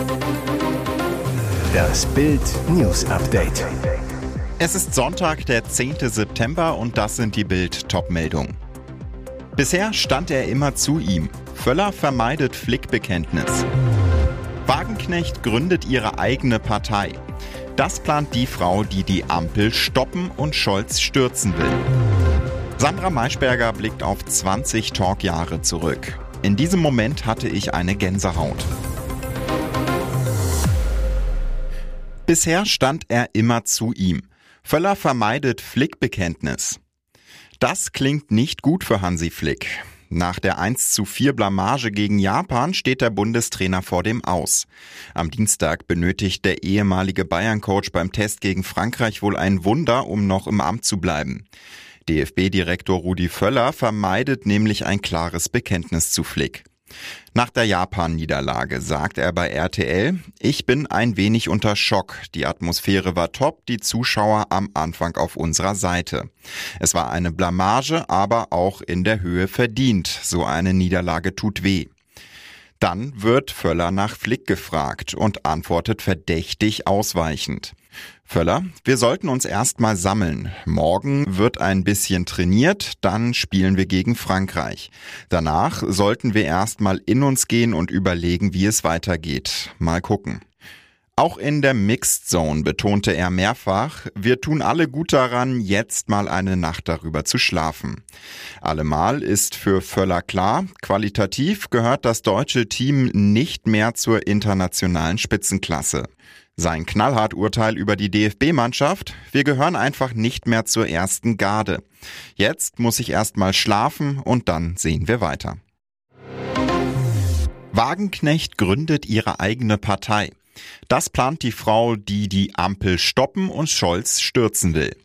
Das Bild News Update. Es ist Sonntag, der 10. September und das sind die Bild-Top-Meldungen. Bisher stand er immer zu ihm. Völler vermeidet Flick-Bekenntnis. Wagenknecht gründet ihre eigene Partei. Das plant die Frau, die die Ampel stoppen und Scholz stürzen will. Sandra Maischberger blickt auf 20 Talk-Jahre zurück. In diesem Moment hatte ich eine Gänsehaut. Bisher stand er immer zu ihm. Völler vermeidet Flick-Bekenntnis. Das klingt nicht gut für Hansi Flick. Nach der 1:4 Blamage gegen Japan steht der Bundestrainer vor dem Aus. Am Dienstag benötigt der ehemalige Bayern-Coach beim Test gegen Frankreich wohl ein Wunder, um noch im Amt zu bleiben. DFB-Direktor Rudi Völler vermeidet nämlich ein klares Bekenntnis zu Flick. Nach der Japan-Niederlage sagt er bei RTL: Ich bin ein wenig unter Schock. Die Atmosphäre war top, die Zuschauer am Anfang auf unserer Seite. Es war eine Blamage, aber auch in der Höhe verdient. So eine Niederlage tut weh. Dann wird Völler nach Flick gefragt und antwortet verdächtig ausweichend. Völler: Wir sollten uns erstmal sammeln. Morgen wird ein bisschen trainiert, dann spielen wir gegen Frankreich. Danach sollten wir erstmal in uns gehen und überlegen, wie es weitergeht. Mal gucken. Auch in der Mixed Zone betonte er mehrfach: Wir tun alle gut daran, jetzt mal eine Nacht darüber zu schlafen. Allemal ist für Völler klar, qualitativ gehört das deutsche Team nicht mehr zur internationalen Spitzenklasse. Sein Knallhart-Urteil über die DFB-Mannschaft: Wir gehören einfach nicht mehr zur ersten Garde. Jetzt muss ich erst mal schlafen und dann sehen wir weiter. Wagenknecht gründet ihre eigene Partei. Das plant die Frau, die die Ampel stoppen und Scholz stürzen will.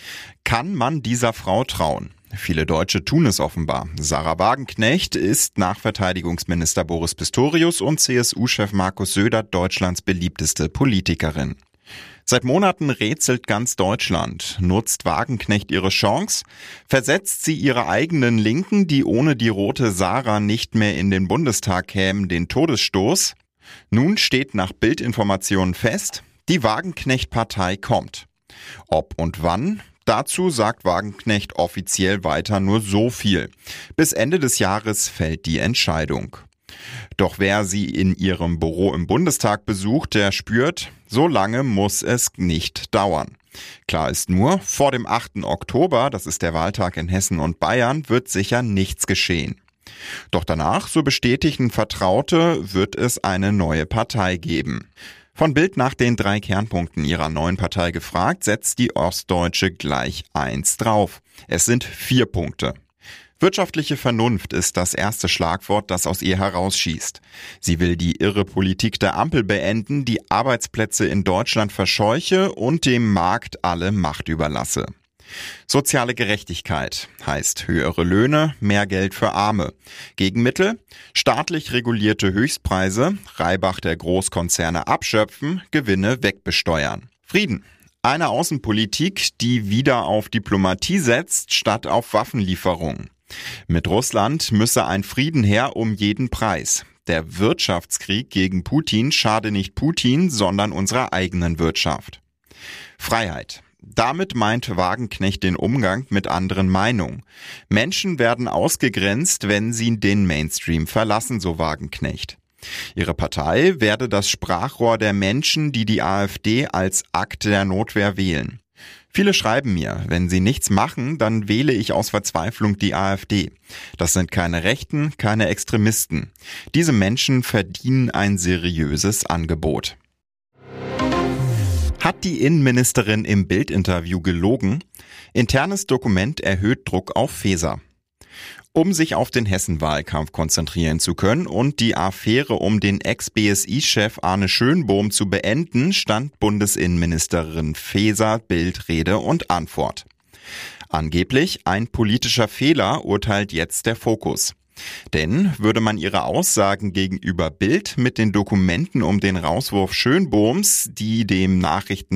Kann man dieser Frau trauen? Viele Deutsche tun es offenbar. Sarah Wagenknecht ist nach Verteidigungsminister Boris Pistorius und CSU-Chef Markus Söder Deutschlands beliebteste Politikerin. Seit Monaten rätselt ganz Deutschland. Nutzt Wagenknecht ihre Chance? Versetzt sie ihre eigenen Linken, die ohne die rote Sarah nicht mehr in den Bundestag kämen, den Todesstoß? Nun steht nach Bildinformationen fest: Die Wagenknecht-Partei kommt. Ob und wann? Dazu sagt Wagenknecht offiziell weiter nur so viel: Bis Ende des Jahres fällt die Entscheidung. Doch wer sie in ihrem Büro im Bundestag besucht, der spürt, so lange muss es nicht dauern. Klar ist nur, vor dem 8. Oktober, das ist der Wahltag in Hessen und Bayern, wird sicher nichts geschehen. Doch danach, so bestätigen Vertraute, wird es eine neue Partei geben. Von Bild nach den 3 Kernpunkten ihrer neuen Partei gefragt, setzt die Ostdeutsche gleich 1 drauf. Es sind 4 Punkte. Wirtschaftliche Vernunft ist das erste Schlagwort, das aus ihr herausschießt. Sie will die irre Politik der Ampel beenden, die Arbeitsplätze in Deutschland verscheuche und dem Markt alle Macht überlasse. Soziale Gerechtigkeit heißt höhere Löhne, mehr Geld für Arme. Gegenmittel: staatlich regulierte Höchstpreise, Reibach der Großkonzerne abschöpfen, Gewinne wegbesteuern. Frieden: eine Außenpolitik, die wieder auf Diplomatie setzt, statt auf Waffenlieferungen. Mit Russland müsse ein Frieden her um jeden Preis. Der Wirtschaftskrieg gegen Putin schade nicht Putin, sondern unserer eigenen Wirtschaft. Freiheit: damit meint Wagenknecht den Umgang mit anderen Meinungen. Menschen werden ausgegrenzt, wenn sie den Mainstream verlassen, so Wagenknecht. Ihre Partei werde das Sprachrohr der Menschen, die die AfD als Akt der Notwehr wählen. Viele schreiben mir: Wenn sie nichts machen, dann wähle ich aus Verzweiflung die AfD. Das sind keine Rechten, keine Extremisten. Diese Menschen verdienen ein seriöses Angebot. Hat die Innenministerin im Bild-Interview gelogen? Internes Dokument erhöht Druck auf Faeser. Um sich auf den Hessen-Wahlkampf konzentrieren zu können und die Affäre um den Ex-BSI-Chef Arne Schönbohm zu beenden, stand Bundesinnenministerin Faeser Bild Rede und Antwort. Angeblich ein politischer Fehler, urteilt jetzt der Fokus. Denn würde man ihre Aussagen gegenüber Bild mit den Dokumenten um den Rauswurf Schönbohms, die dem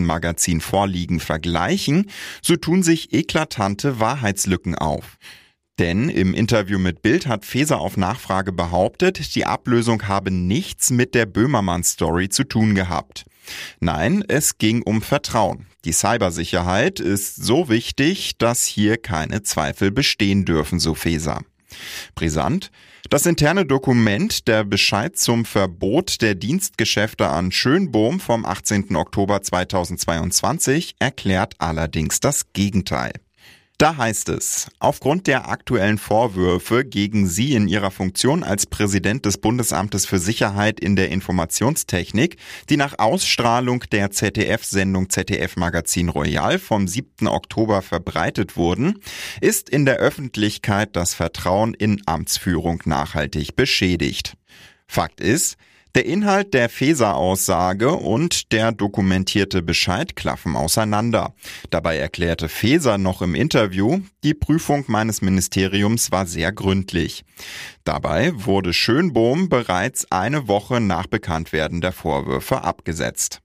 Nachrichtenmagazin vorliegen, vergleichen, so tun sich eklatante Wahrheitslücken auf. Denn im Interview mit Bild hat Faeser auf Nachfrage behauptet, die Ablösung habe nichts mit der Böhmermann-Story zu tun gehabt. Nein, es ging um Vertrauen. Die Cybersicherheit ist so wichtig, dass hier keine Zweifel bestehen dürfen, so Faeser. Brisant: Das interne Dokument, der Bescheid zum Verbot der Dienstgeschäfte an Schönbohm vom 18. Oktober 2022, erklärt allerdings das Gegenteil. Da heißt es: Aufgrund der aktuellen Vorwürfe gegen Sie in Ihrer Funktion als Präsident des Bundesamtes für Sicherheit in der Informationstechnik, die nach Ausstrahlung der ZDF-Sendung ZDF Magazin Royal vom 7. Oktober verbreitet wurden, ist in der Öffentlichkeit das Vertrauen in Amtsführung nachhaltig beschädigt. Fakt ist, der Inhalt der Faeser-Aussage und der dokumentierte Bescheid klaffen auseinander. Dabei erklärte Faeser noch im Interview, die Prüfung meines Ministeriums war sehr gründlich. Dabei wurde Schönbohm bereits eine Woche nach Bekanntwerden der Vorwürfe abgesetzt.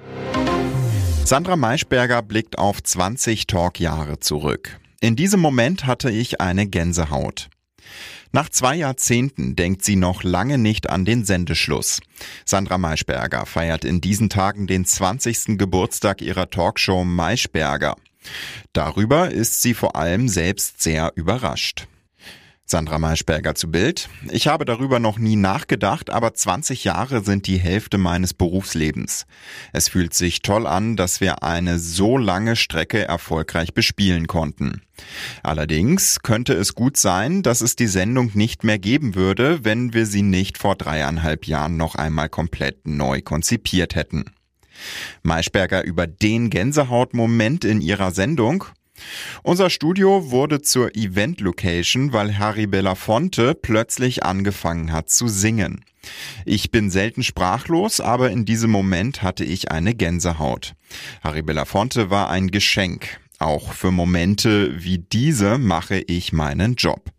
Sandra Maischberger blickt auf 20 Talk-Jahre zurück. In diesem Moment hatte ich eine Gänsehaut. Nach 2 Jahrzehnten denkt sie noch lange nicht an den Sendeschluss. Sandra Maischberger feiert in diesen Tagen den 20. Geburtstag ihrer Talkshow Maischberger. Darüber ist sie vor allem selbst sehr überrascht. Sandra Maischberger zu Bild: Ich habe darüber noch nie nachgedacht, aber 20 Jahre sind die Hälfte meines Berufslebens. Es fühlt sich toll an, dass wir eine so lange Strecke erfolgreich bespielen konnten. Allerdings könnte es gut sein, dass es die Sendung nicht mehr geben würde, wenn wir sie nicht vor 3,5 Jahren noch einmal komplett neu konzipiert hätten. Maischberger über den Gänsehautmoment in ihrer Sendung: Unser Studio wurde zur Event-Location, weil Harry Belafonte plötzlich angefangen hat zu singen. Ich bin selten sprachlos, aber in diesem Moment hatte ich eine Gänsehaut. Harry Belafonte war ein Geschenk. Auch für Momente wie diese mache ich meinen Job.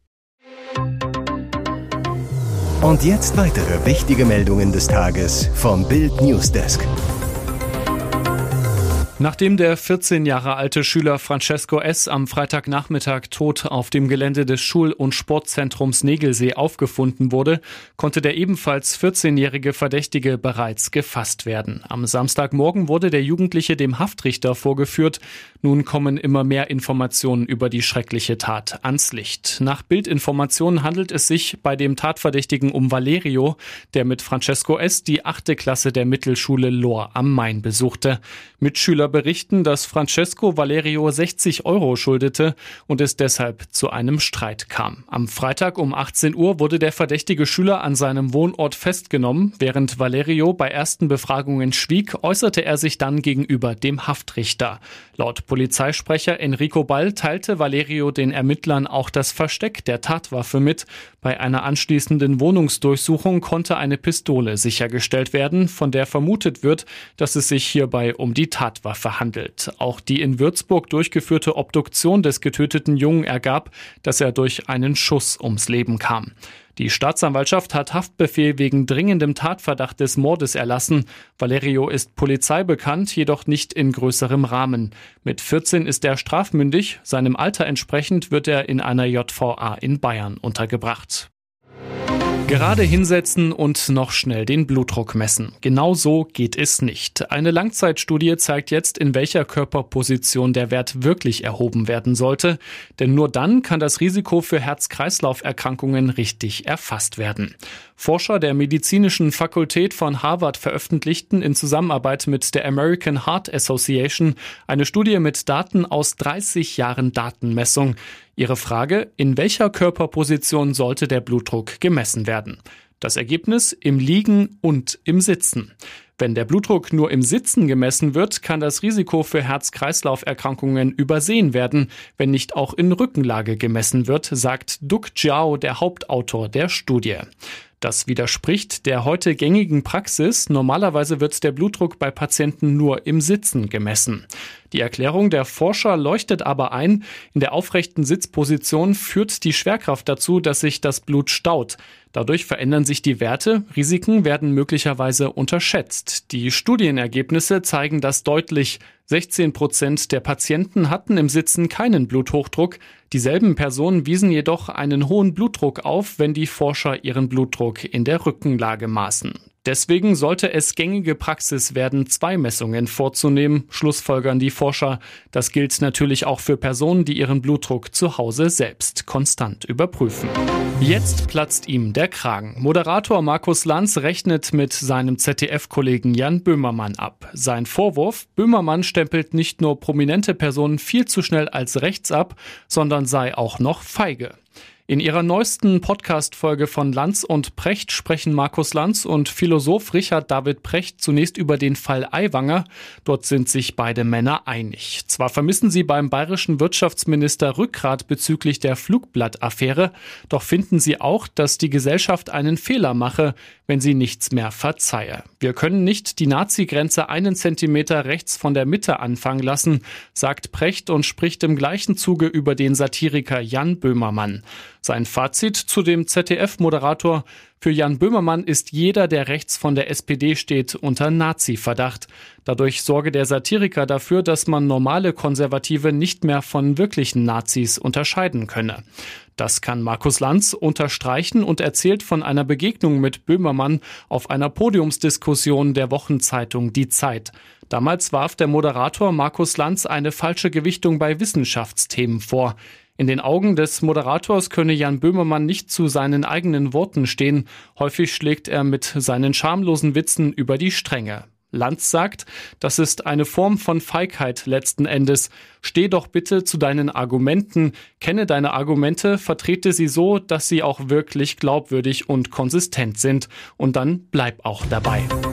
Und jetzt weitere wichtige Meldungen des Tages vom Bild Newsdesk. Nachdem der 14 Jahre alte Schüler Francesco S. am Freitagnachmittag tot auf dem Gelände des Schul- und Sportzentrums Negelsee aufgefunden wurde, konnte der ebenfalls 14-jährige Verdächtige bereits gefasst werden. Am Samstagmorgen wurde der Jugendliche dem Haftrichter vorgeführt. Nun kommen immer mehr Informationen über die schreckliche Tat ans Licht. Nach Bildinformationen handelt es sich bei dem Tatverdächtigen um Valerio, der mit Francesco S. die 8. Klasse der Mittelschule Lohr am Main besuchte. Mitschüler berichten, dass Francesco Valerio 60 € schuldete und es deshalb zu einem Streit kam. Am Freitag um 18 Uhr wurde der verdächtige Schüler an seinem Wohnort festgenommen. Während Valerio bei ersten Befragungen schwieg, äußerte er sich dann gegenüber dem Haftrichter. Laut Polizeisprecher Enrico Ball teilte Valerio den Ermittlern auch das Versteck der Tatwaffe mit. Bei einer anschließenden Wohnungsdurchsuchung konnte eine Pistole sichergestellt werden, von der vermutet wird, dass es sich hierbei um die Tatwaffe handelt. Auch die in Würzburg durchgeführte Obduktion des getöteten Jungen ergab, dass er durch einen Schuss ums Leben kam. Die Staatsanwaltschaft hat Haftbefehl wegen dringendem Tatverdacht des Mordes erlassen. Valerio ist polizeibekannt, jedoch nicht in größerem Rahmen. Mit 14 ist er strafmündig. Seinem Alter entsprechend wird er in einer JVA in Bayern untergebracht. Gerade hinsetzen und noch schnell den Blutdruck messen. Genau so geht es nicht. Eine Langzeitstudie zeigt jetzt, in welcher Körperposition der Wert wirklich erhoben werden sollte. Denn nur dann kann das Risiko für Herz-Kreislauf-Erkrankungen richtig erfasst werden. Forscher der medizinischen Fakultät von Harvard veröffentlichten in Zusammenarbeit mit der American Heart Association eine Studie mit Daten aus 30 Jahren Datenmessung. Ihre Frage: In welcher Körperposition sollte der Blutdruck gemessen werden? Das Ergebnis: im Liegen und im Sitzen. Wenn der Blutdruck nur im Sitzen gemessen wird, kann das Risiko für Herz-Kreislauf-Erkrankungen übersehen werden, wenn nicht auch in Rückenlage gemessen wird, sagt Duc Jiao, der Hauptautor der Studie. Das widerspricht der heute gängigen Praxis. Normalerweise wird der Blutdruck bei Patienten nur im Sitzen gemessen. Die Erklärung der Forscher leuchtet aber ein. In der aufrechten Sitzposition führt die Schwerkraft dazu, dass sich das Blut staut. Dadurch verändern sich die Werte, Risiken werden möglicherweise unterschätzt. Die Studienergebnisse zeigen das deutlich. 16% der Patienten hatten im Sitzen keinen Bluthochdruck. Dieselben Personen wiesen jedoch einen hohen Blutdruck auf, wenn die Forscher ihren Blutdruck in der Rückenlage maßen. Deswegen sollte es gängige Praxis werden, 2 Messungen vorzunehmen, schlussfolgern die Forscher. Das gilt natürlich auch für Personen, die ihren Blutdruck zu Hause selbst konstant überprüfen. Jetzt platzt ihm der Kragen. Moderator Markus Lanz rechnet mit seinem ZDF-Kollegen Jan Böhmermann ab. Sein Vorwurf: Böhmermann stempelt nicht nur prominente Personen viel zu schnell als rechts ab, sondern sei auch noch feige. In ihrer neuesten Podcast-Folge von Lanz und Precht sprechen Markus Lanz und Philosoph Richard David Precht zunächst über den Fall Aiwanger. Dort sind sich beide Männer einig. Zwar vermissen sie beim bayerischen Wirtschaftsminister Rückgrat bezüglich der Flugblattaffäre, doch finden sie auch, dass die Gesellschaft einen Fehler mache, wenn sie nichts mehr verzeihe. Wir können nicht die Nazi-Grenze 1 Zentimeter rechts von der Mitte anfangen lassen, sagt Precht und spricht im gleichen Zuge über den Satiriker Jan Böhmermann. Sein Fazit zu dem ZDF-Moderator: Für Jan Böhmermann ist jeder, der rechts von der SPD steht, unter Nazi-Verdacht. Dadurch sorge der Satiriker dafür, dass man normale Konservative nicht mehr von wirklichen Nazis unterscheiden könne. Das kann Markus Lanz unterstreichen und erzählt von einer Begegnung mit Böhmermann auf einer Podiumsdiskussion der Wochenzeitung Die Zeit. Damals warf der Moderator Markus Lanz eine falsche Gewichtung bei Wissenschaftsthemen vor. In den Augen des Moderators könne Jan Böhmermann nicht zu seinen eigenen Worten stehen. Häufig schlägt er mit seinen schamlosen Witzen über die Stränge. Lanz sagt, das ist eine Form von Feigheit letzten Endes. Steh doch bitte zu deinen Argumenten, kenne deine Argumente, vertrete sie so, dass sie auch wirklich glaubwürdig und konsistent sind. Und dann bleib auch dabei.